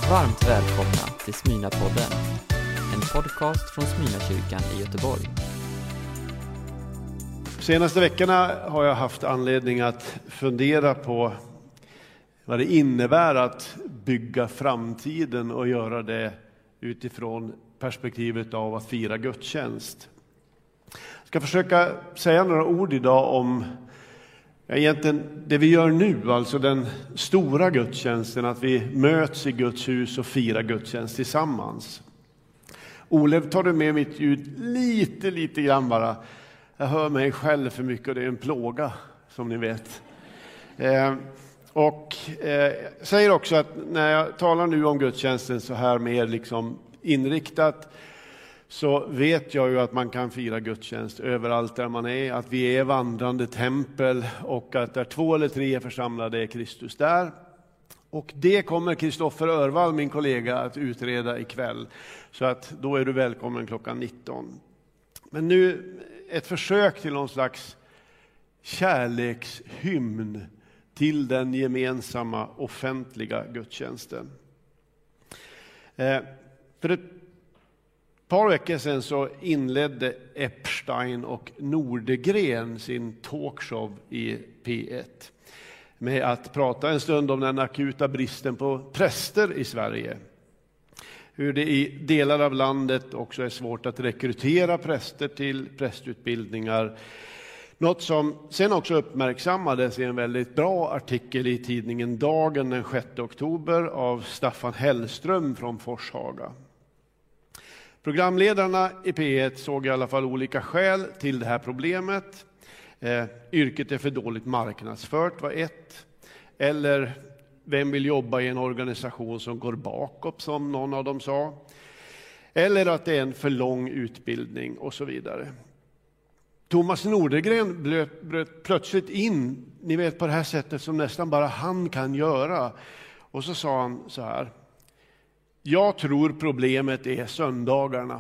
Varmt välkomna till Smyrna-podden, en podcast från Smyrna-kyrkan i Göteborg. Senaste veckorna har jag haft anledning att fundera på vad det innebär att bygga framtiden och göra det utifrån perspektivet av att fira gudstjänst. Jag ska försöka säga några ord idag om egentligen det vi gör nu, alltså den stora gudstjänsten, att vi möts i Guds hus och firar gudstjänst tillsammans. Olev, tar du med mitt ljud lite grann bara? Jag hör mig själv för mycket och det är en plåga, som ni vet. Säger också att när jag talar nu om gudstjänsten så här mer liksom inriktat, så vet jag ju att man kan fira gudstjänst överallt där man är, att vi är vandrande tempel och att där 2 eller 3 är församlade är Kristus där. Och det kommer Kristoffer Örvall, min kollega, att utreda ikväll. Så att då är du välkommen klockan 19. Men nu ett försök till någon slags kärlekshymn till den gemensamma offentliga gudstjänsten. För ett par veckor sedan så inledde Epstein och Nordegren sin talkshow i P1 med att prata en stund om den akuta bristen på präster i Sverige. Hur det i delar av landet också är svårt att rekrytera präster till prästutbildningar. Något som sen också uppmärksammades i en väldigt bra artikel i tidningen Dagen den 6 oktober av Staffan Hellström från Forshaga. Programledarna i P1 såg i alla fall olika skäl till det här problemet. Yrket är för dåligt marknadsfört var ett. Eller vem vill jobba i en organisation som går bakåt, som någon av dem sa. Eller att det är en för lång utbildning och så vidare. Thomas Nordegren bröt plötsligt in, ni vet, på det här sättet som nästan bara han kan göra. Och så sa han så här: jag tror problemet är söndagarna.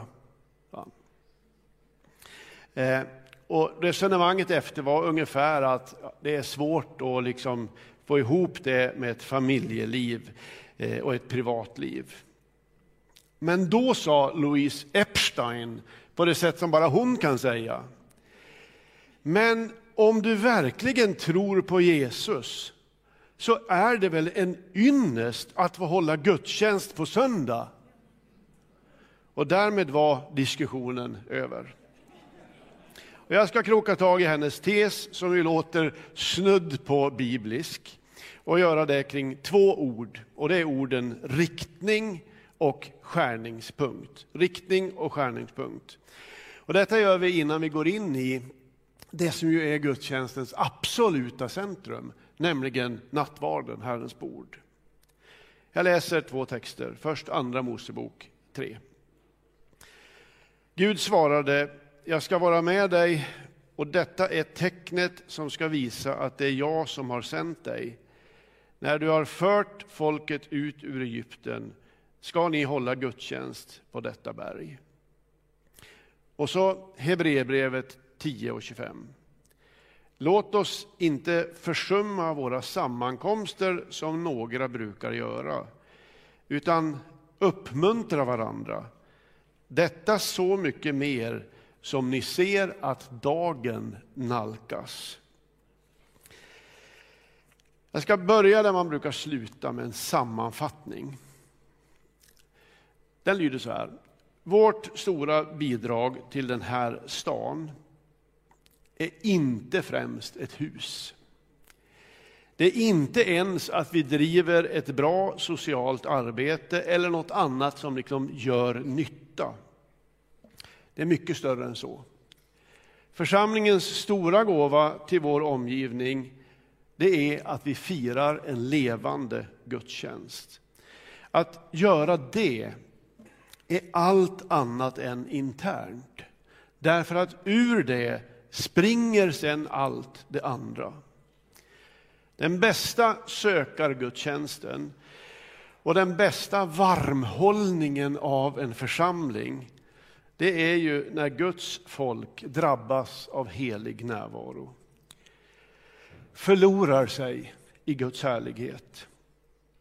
Och resonemanget efter var ungefär att det är svårt att liksom få ihop det med ett familjeliv och ett privatliv. Men då sa Louise Epstein på det sätt som bara hon kan säga: men om du verkligen tror på Jesus så är det väl en ynnest att få hålla gudstjänst på söndag. Och därmed var diskussionen över. Och jag ska kroka tag i hennes tes som ju låter snudd på biblisk och göra det kring 2 ord. Och det är orden riktning och skärningspunkt. Riktning och skärningspunkt. Och detta gör vi innan vi går in i det som ju är gudstjänstens absoluta centrum, nämligen nattvarden, Herrens bord. Jag läser 2 texter. Först Andra Mosebok 3. Gud svarade: jag ska vara med dig, och detta är tecknet som ska visa att det är jag som har sänt dig. När du har fört folket ut ur Egypten ska ni hålla gudstjänst på detta berg. Och så Hebreerbrevet 10:25. Låt oss inte försumma våra sammankomster som några brukar göra, utan uppmuntra varandra. Detta så mycket mer som ni ser att dagen nalkas. Jag ska börja där man brukar sluta, med en sammanfattning. Den lyder så här: vårt stora bidrag till den här stan är inte främst ett hus. Det är inte ens att vi driver ett bra socialt arbete eller något annat som liksom gör nytta. Det är mycket större än så. Församlingens stora gåva till vår omgivning, det är att vi firar en levande gudstjänst. Att göra det är allt annat än internt. Därför att ur det springer sen allt det andra. Den bästa sökargudstjänsten och den bästa varmhållningen av en församling, det är ju när Guds folk drabbas av helig närvaro. Förlorar sig i Guds härlighet.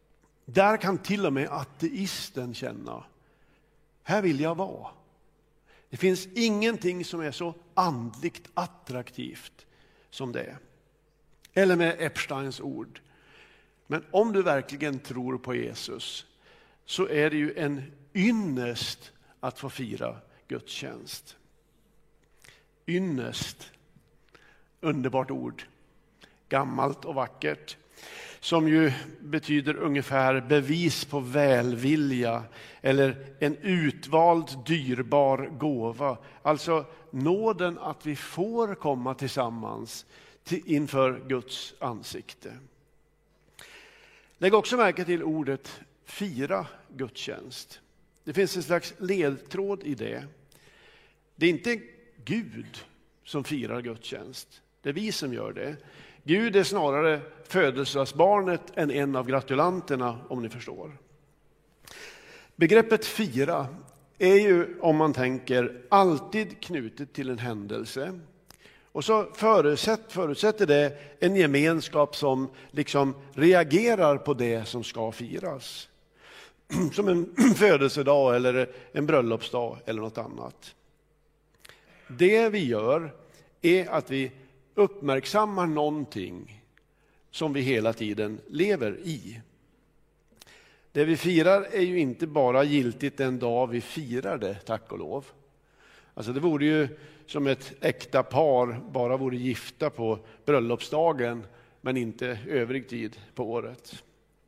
Där kan till och med ateisten känna, här vill jag vara. Det finns ingenting som är så andligt attraktivt som det. Eller med Epsteins ord. Men om du verkligen tror på Jesus så är det ju en ynnest att få fira gudstjänst. Ynnest. Underbart ord. Gammalt och vackert. Som ju betyder ungefär bevis på välvilja eller en utvald dyrbar gåva. Alltså nåden att vi får komma tillsammans inför Guds ansikte. Lägg också märke till ordet fira gudstjänst. Det finns en slags ledtråd i det. Det är inte Gud som firar gudstjänst. Det är vi som gör det. Gud är snarare födelsedagsbarnet än en av gratulanterna, om ni förstår. Begreppet fira är ju, om man tänker, alltid knutet till en händelse. Och så förutsätter det en gemenskap som liksom reagerar på det som ska firas. Som en födelsedag eller en bröllopsdag eller något annat. Det vi gör är att vi uppmärksammar någonting som vi hela tiden lever i. Det vi firar är ju inte bara giltigt den dag vi firar det, tack och lov. Alltså det vore ju som ett äkta par bara vore gifta på bröllopsdagen men inte övrig tid på året.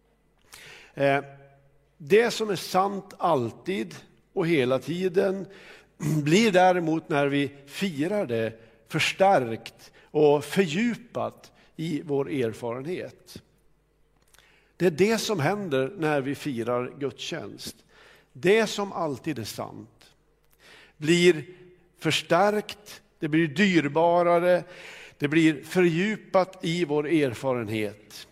Det som är sant alltid och hela tiden blir däremot när vi firar det förstärkt och fördjupat i vår erfarenhet. Det är det som händer när vi firar gudstjänst. Det som alltid är sant blir förstärkt, det blir dyrbarare, det blir fördjupat i vår erfarenhet.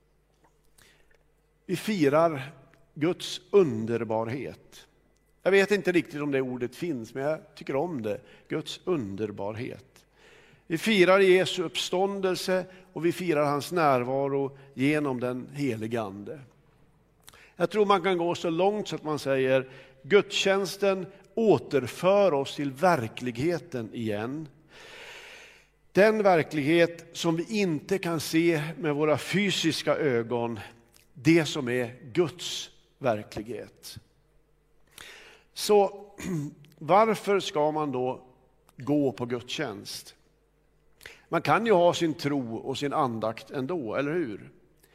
Vi firar Guds underbarhet. Jag vet inte riktigt om det ordet finns, men jag tycker om det. Guds underbarhet. Vi firar Jesu uppståndelse och vi firar hans närvaro genom den helige Ande. Jag tror man kan gå så långt så att man säger gudstjänsten återför oss till verkligheten igen. Den verklighet som vi inte kan se med våra fysiska ögon, det som är Guds verklighet. Så varför ska man då gå på gudstjänst? Man kan ju ha sin tro och sin andakt ändå, eller hur?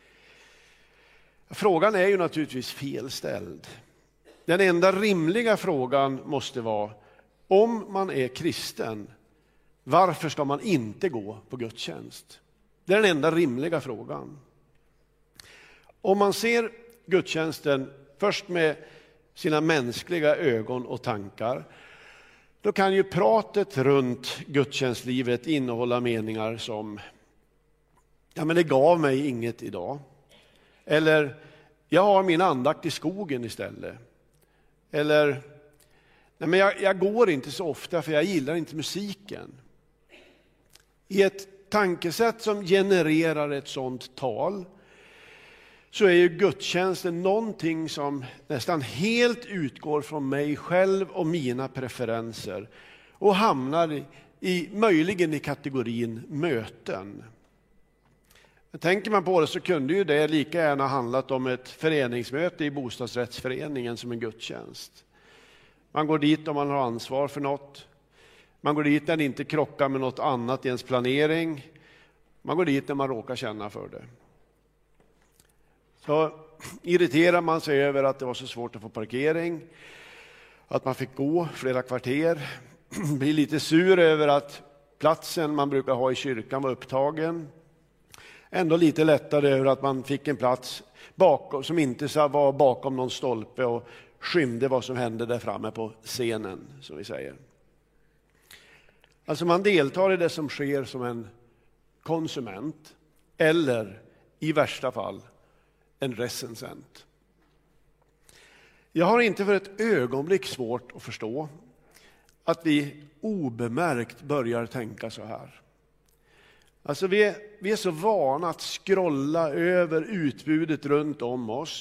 Frågan är ju naturligtvis felställd. Den enda rimliga frågan måste vara, om man är kristen, varför ska man inte gå på gudstjänst? Det är den enda rimliga frågan. Om man ser gudstjänsten först med sina mänskliga ögon och tankar, då kan ju pratet runt gudstjänstlivet innehålla meningar som ja, men det gav mig inget idag. Eller jag har min andakt i skogen istället. Eller nej, men jag går inte så ofta för jag gillar inte musiken. I ett tankesätt som genererar ett sådant tal så är ju gudstjänsten någonting som nästan helt utgår från mig själv och mina preferenser och hamnar möjligen i kategorin möten. Men tänker man på det så kunde ju det lika gärna handlat om ett föreningsmöte i bostadsrättsföreningen som en gudstjänst. Man går dit om man har ansvar för något. Man går dit när det inte krockar med något annat i ens planering. Man går dit när man råkar känna för det. Så irriterar man sig över att det var så svårt att få parkering, att man fick gå flera kvarter, blir lite sur över att platsen man brukar ha i kyrkan var upptagen, ändå lite lättare över att man fick en plats bakom, som inte var bakom någon stolpe och skymde vad som hände där framme på scenen, som vi säger. Alltså man deltar i det som sker som en konsument eller i värsta fall en recensent. Jag har inte för ett ögonblick svårt att förstå att vi obemärkt börjar tänka så här. Alltså vi är så vana att scrolla över utbudet runt om oss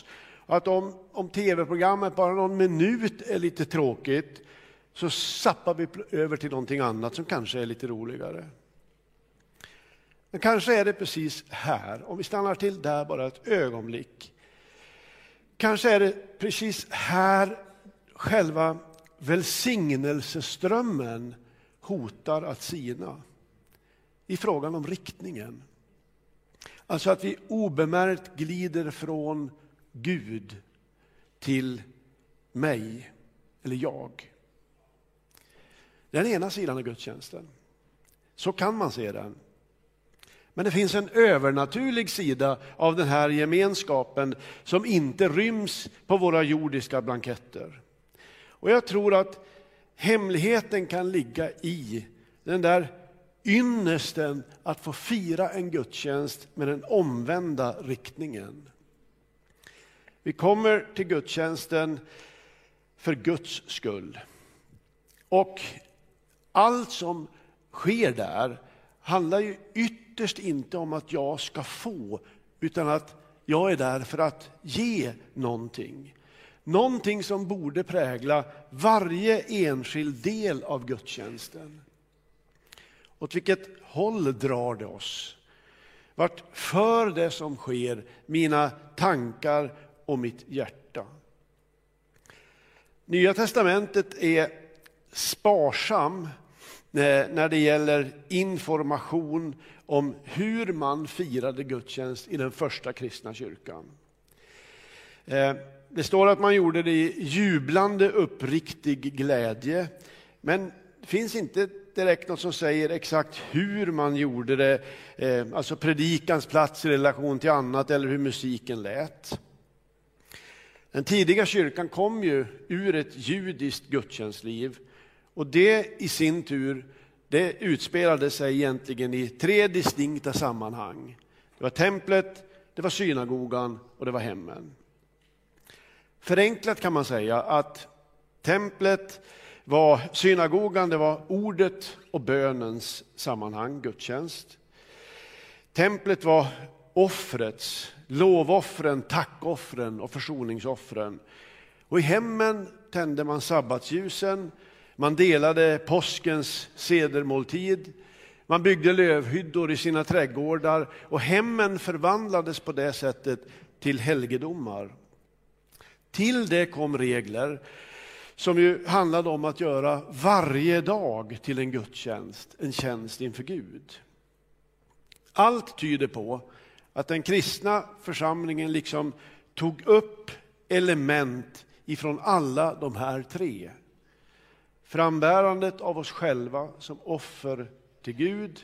Att om tv-programmet bara någon minut är lite tråkigt, så zappar vi över till någonting annat som kanske är lite roligare. Men kanske är det precis här, om vi stannar till där bara ett ögonblick. Kanske är det precis här själva välsignelseströmmen hotar att sina. I frågan om riktningen. Alltså att vi obemärkt glider från Gud till mig eller jag. Den ena sidan av gudstjänsten. Så kan man se den. Men det finns en övernaturlig sida av den här gemenskapen som inte ryms på våra jordiska blanketter. Och jag tror att hemligheten kan ligga i den där ynnesten att få fira en gudstjänst med den omvända riktningen. Vi kommer till gudstjänsten för Guds skull. Och allt som sker där handlar ju ytterst inte om att jag ska få, utan att jag är där för att ge någonting. Någonting som borde prägla varje enskild del av gudstjänsten. Åt vilket håll drar det oss? Vart för det som sker mina tankar och mitt hjärta? Nya testamentet är sparsam när det gäller information om hur man firade gudstjänst i den första kristna kyrkan. Det står att man gjorde det i jublande uppriktig glädje, men det finns inte direkt något som säger exakt hur man gjorde det, alltså predikans plats i relation till annat eller hur musiken lät. Den tidiga kyrkan kom ju ur ett judiskt gudstjänstliv, och det i sin tur, det utspelade sig egentligen i 3 distinkta sammanhang. Det var templet, det var synagogan och det var hemmen. Förenklat kan man säga att templet var synagogan, det var ordet och bönens sammanhang, gudstjänst. Templet var offrets, lovoffren, tackoffren och försoningsoffren. Och i hemmen tände man sabbatsljusen, man delade påskens sedermåltid, man byggde lövhyddor i sina trädgårdar, och hemmen förvandlades på det sättet till helgedomar. Till det kom regler som ju handlade om att göra varje dag till en gudstjänst, en tjänst inför Gud. Allt tyder på att den kristna församlingen liksom tog upp element ifrån alla de här 3. Frambärandet av oss själva som offer till Gud,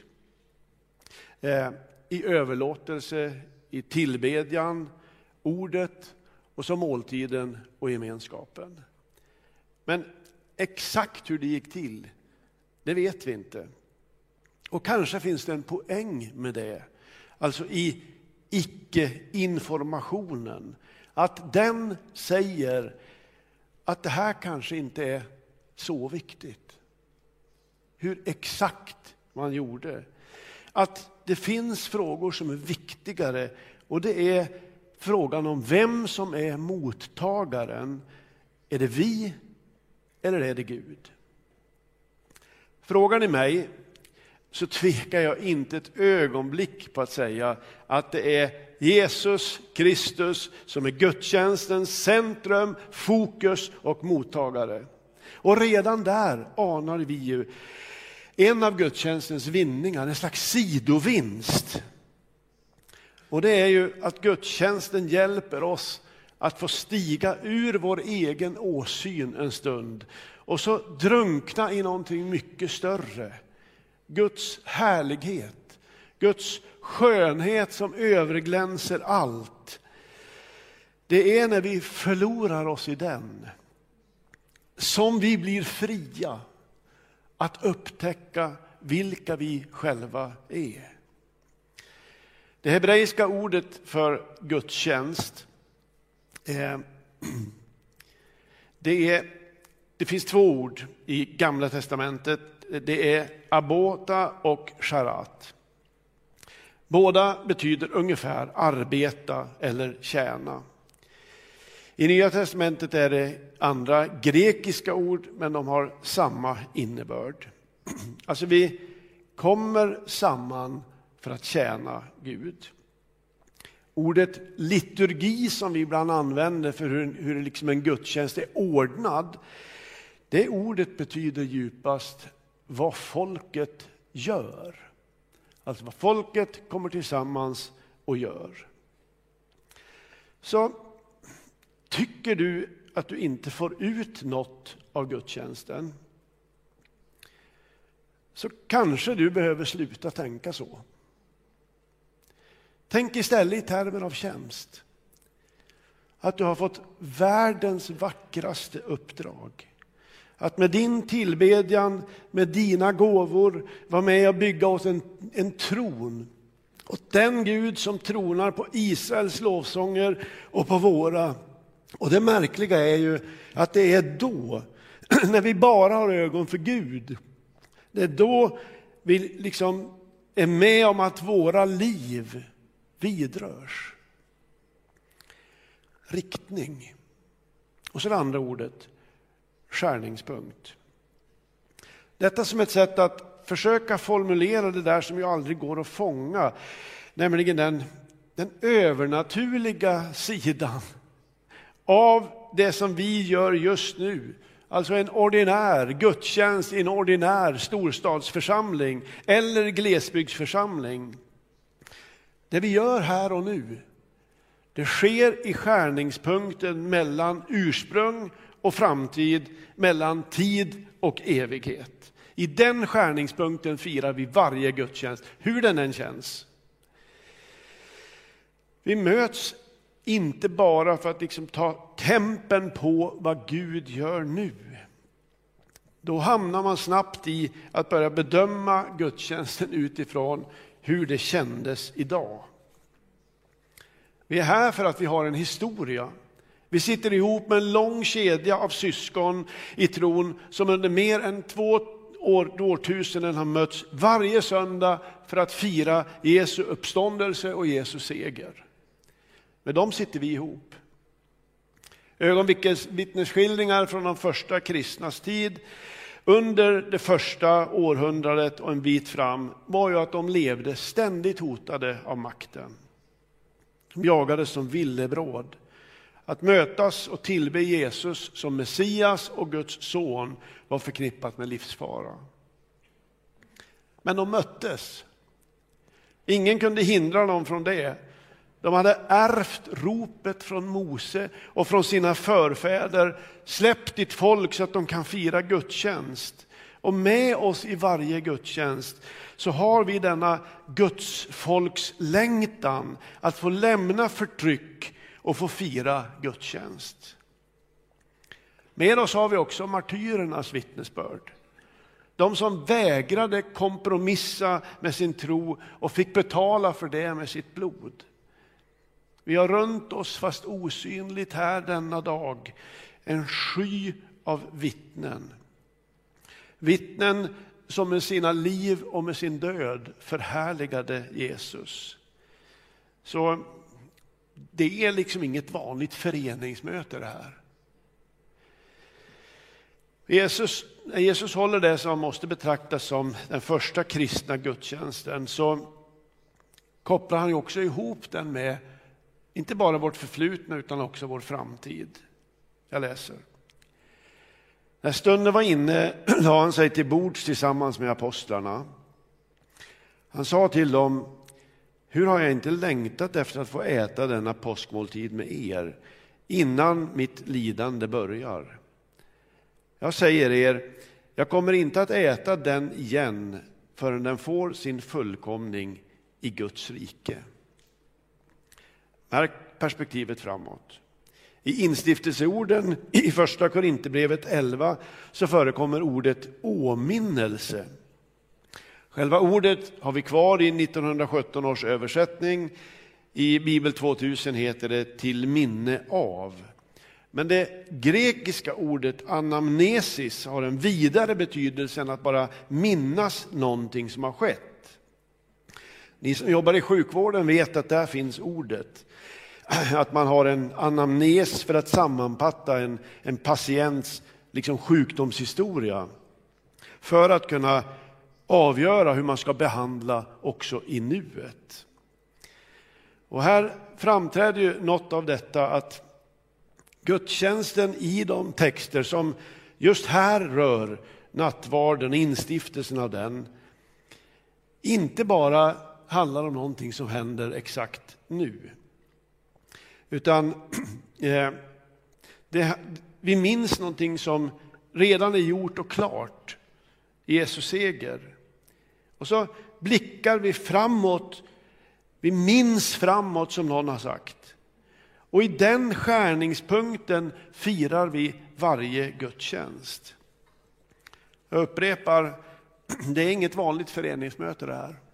i överlåtelse, i tillbedjan, ordet och som måltiden och gemenskapen. Men exakt hur det gick till, det vet vi inte. Och kanske finns det en poäng med det. Alltså i icke-informationen. Att den säger att det här kanske inte är så viktigt. Hur exakt man gjorde. Att det finns frågor som är viktigare, och det är frågan om vem som är mottagaren. Är det vi eller är det Gud? Frågar ni mig så tvekar jag inte ett ögonblick på att säga att det är Jesus Kristus som är gudstjänstens centrum, fokus och mottagare. Och redan där anar vi ju en av gudstjänstens vinningar, en slags sidovinst. Och det är ju att gudstjänsten hjälper oss att få stiga ur vår egen åsyn en stund och så drunkna i någonting mycket större. Guds härlighet, Guds skönhet som överglänser allt. Det är när vi förlorar oss i den som vi blir fria att upptäcka vilka vi själva är. Det hebreiska ordet för gudstjänst, det finns 2 ord i Gamla testamentet. Det är abota och sharat. Båda betyder ungefär arbeta eller tjäna. I Nya testamentet är det andra grekiska ord, men de har samma innebörd. Alltså vi kommer samman för att tjäna Gud. Ordet liturgi som vi ibland använder för hur liksom en gudstjänst är ordnad, det ordet betyder djupast vad folket gör. Alltså vad folket kommer tillsammans och gör. Så tycker du att du inte får ut något av gudstjänsten, så kanske du behöver sluta tänka så. Tänk istället i termer av tjänst. Att du har fått världens vackraste uppdrag. Att med din tillbedjan, med dina gåvor, vara med och bygga oss en tron. Och den Gud som tronar på Israels lovsånger och på våra. Och det märkliga är ju att det är då, när vi bara har ögon för Gud, det är då vi liksom är med om att våra liv vidrörs. Riktning. Och så det andra ordet, skärningspunkt. Detta som ett sätt att försöka formulera det där som ju aldrig går att fånga, nämligen den övernaturliga sidan av det som vi gör just nu. Alltså en ordinär gudstjänst i en ordinär storstadsförsamling eller glesbygdsförsamling. Det vi gör här och nu, det sker i skärningspunkten mellan ursprung och framtid, mellan tid och evighet. I den skärningspunkten firar vi varje gudstjänst, hur den än känns. Vi möts inte bara för att liksom ta tempen på vad Gud gör nu. Då hamnar man snabbt i att börja bedöma gudstjänsten utifrån hur det kändes idag. Vi är här för att vi har en historia. Vi sitter ihop med en lång kedja av syskon i tron som under mer än 2 årtusenden har mötts varje söndag för att fira Jesu uppståndelse och Jesu seger. Med dem sitter vi ihop. Ögonvittnesskildringar från de första kristnas tid under det första århundradet och en bit fram var ju att de levde ständigt hotade av makten. De jagades som villebråd. Att mötas och tillbe Jesus som Messias och Guds son var förknippat med livsfara. Men de möttes. Ingen kunde hindra dem från det. De hade ärvt ropet från Mose och från sina förfäder. Släpp ditt folk så att de kan fira gudstjänst. Och med oss i varje gudstjänst så har vi denna Guds folks längtan att få lämna förtryck och få fira gudstjänst. Med oss har vi också martyrernas vittnesbörd. De som vägrade kompromissa med sin tro och fick betala för det med sitt blod. Vi har runt oss, fast osynligt här denna dag, en sky av vittnen. Vittnen som med sina liv och med sin död förhärligade Jesus. Så det är liksom inget vanligt föreningsmöte det här. Jesus håller det som måste betraktas som den första kristna gudstjänsten, så kopplar han ju också ihop den med inte bara vårt förflutna utan också vår framtid. Jag läser. När stunden var inne la han sig till bords tillsammans med apostlarna. Han sa till dem: hur har jag inte längtat efter att få äta denna påskmåltid med er innan mitt lidande börjar. Jag säger er, jag kommer inte att äta den igen förrän den får sin fullkomning i Guds rike. Märk perspektivet framåt. I instiftelseorden i första Korinthierbrevet 11 så förekommer ordet åminnelse. Själva ordet har vi kvar i 1917 års översättning. I Bibel 2000 heter det till minne av. Men det grekiska ordet anamnesis har en vidare betydelse än att bara minnas någonting som har skett. Ni som jobbar i sjukvården vet att där finns ordet. att man har en anamnes för att sammanfatta en patients liksom sjukdomshistoria för att kunna avgöra hur man ska behandla också i nuet. Och här framträder ju något av detta, att gudstjänsten i de texter som just här rör nattvarden, instiftelsen av den, inte bara handlar om någonting som händer exakt nu. Utan vi minns någonting som redan är gjort och klart, Jesus seger. Och så blickar vi framåt, vi minns framåt som någon har sagt. Och i den skärningspunkten firar vi varje gudstjänst. Jag upprepar, det är inget vanligt föreningsmöte det här.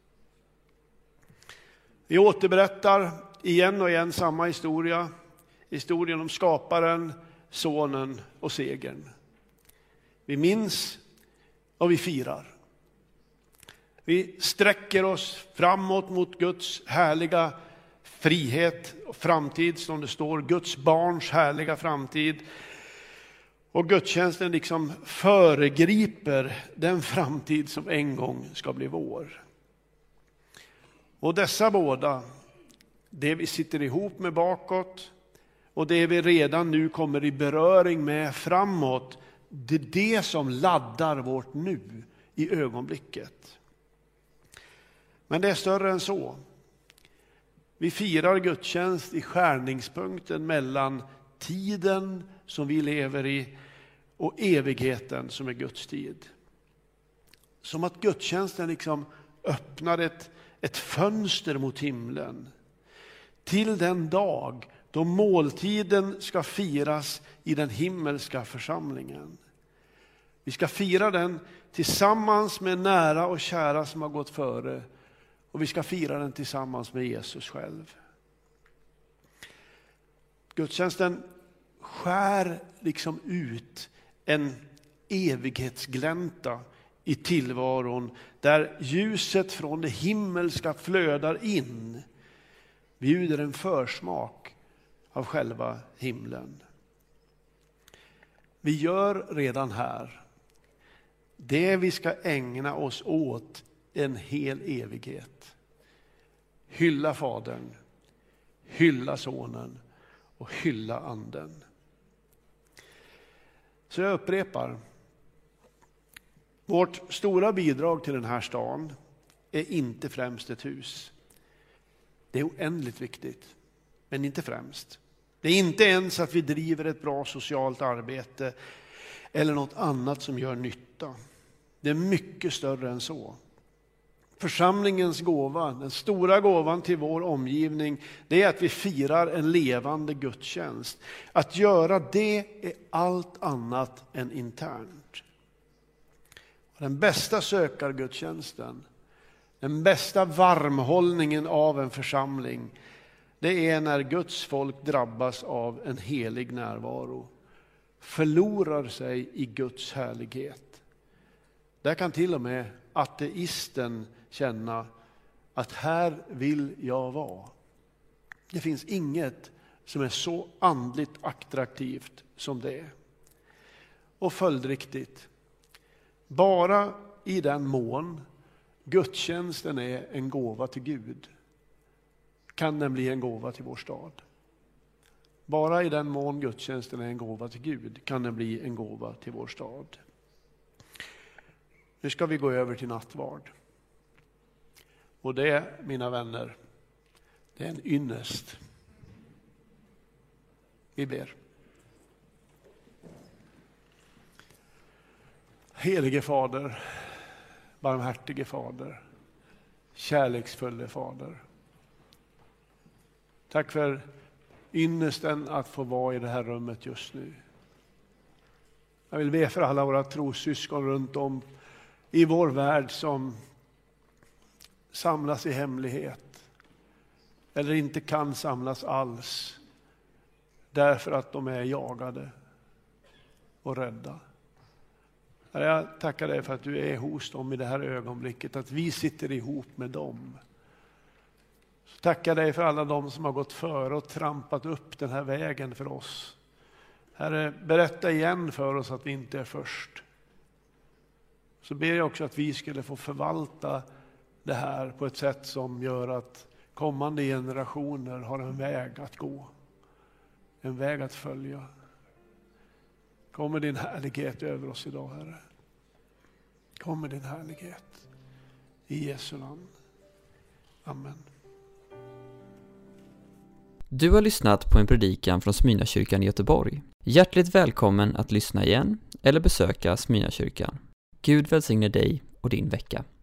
Vi återberättar igen och igen samma historia. Historien om skaparen, sonen och segern. Vi minns och vi firar. Vi sträcker oss framåt mot Guds härliga frihet och framtid, som det står, Guds barns härliga framtid. Och gudstjänsten liksom föregriper den framtid som en gång ska bli vår. Och dessa båda, det vi sitter ihop med bakåt och det vi redan nu kommer i beröring med framåt, det är det som laddar vårt nu i ögonblicket. Men det är större än så. Vi firar gudstjänst i skärningspunkten mellan tiden som vi lever i och evigheten som är Guds tid. Som att gudstjänsten liksom öppnar ett fönster mot himlen till den dag då måltiden ska firas i den himmelska församlingen. Vi ska fira den tillsammans med nära och kära som har gått före, och vi ska fira den tillsammans med Jesus själv. Gudstjänsten skär liksom ut en evighetsglänta i tillvaron där ljuset från det himmelska flödar in, bjuder en försmak av själva himlen. Vi gör redan här det vi ska ägna oss åt en hel evighet. Hylla Fadern, hylla Sonen och hylla Anden. Så jag upprepar, vårt stora bidrag till den här stan är inte främst ett hus. Det är oändligt viktigt, men inte främst. Det är inte ens att vi driver ett bra socialt arbete eller något annat som gör nytta. Det är mycket större än så. Församlingens gåva, den stora gåvan till vår omgivning, det är att vi firar en levande gudstjänst. Att göra det är allt annat än internt. Den bästa sökargudstjänsten, den bästa varmhållningen av en församling, det är när Guds folk drabbas av en helig närvaro. Förlorar sig i Guds härlighet. Där kan till och med ateisten känna att här vill jag vara. Det finns inget som är så andligt attraktivt som det. Och följdriktigt, bara i den mån gudstjänsten är en gåva till Gud kan den bli en gåva till vår stad. Bara i den mån gudstjänsten är en gåva till Gud kan den bli en gåva till vår stad. Nu ska vi gå över till nattvard. Och det, mina vänner, det är en ynnest. Vi ber. Helige Fader, barmhärtige Fader, kärleksfulle Fader. Tack för ynnesten att få vara i det här rummet just nu. Jag vill be för alla våra trossyskon runt om i vår värld som samlas i hemlighet eller inte kan samlas alls därför att de är jagade och rädda. Jag tackar dig för att du är hos dem i det här ögonblicket, att vi sitter ihop med dem Tackar dig för alla de som har gått före och trampat upp den här vägen för oss. Herre, berätta igen för oss att vi inte är först. Så ber jag också att vi skulle få förvalta det här på ett sätt som gör att kommande generationer har en väg att gå. En väg att följa. Kommer din härlighet över oss idag, Herre. Kommer din härlighet. I Jesu namn. Amen. Du har lyssnat på en predikan från Smyrnakyrkan i Göteborg. Hjärtligt välkommen att lyssna igen eller besöka Smyrnakyrkan. Gud välsigne dig och din vecka.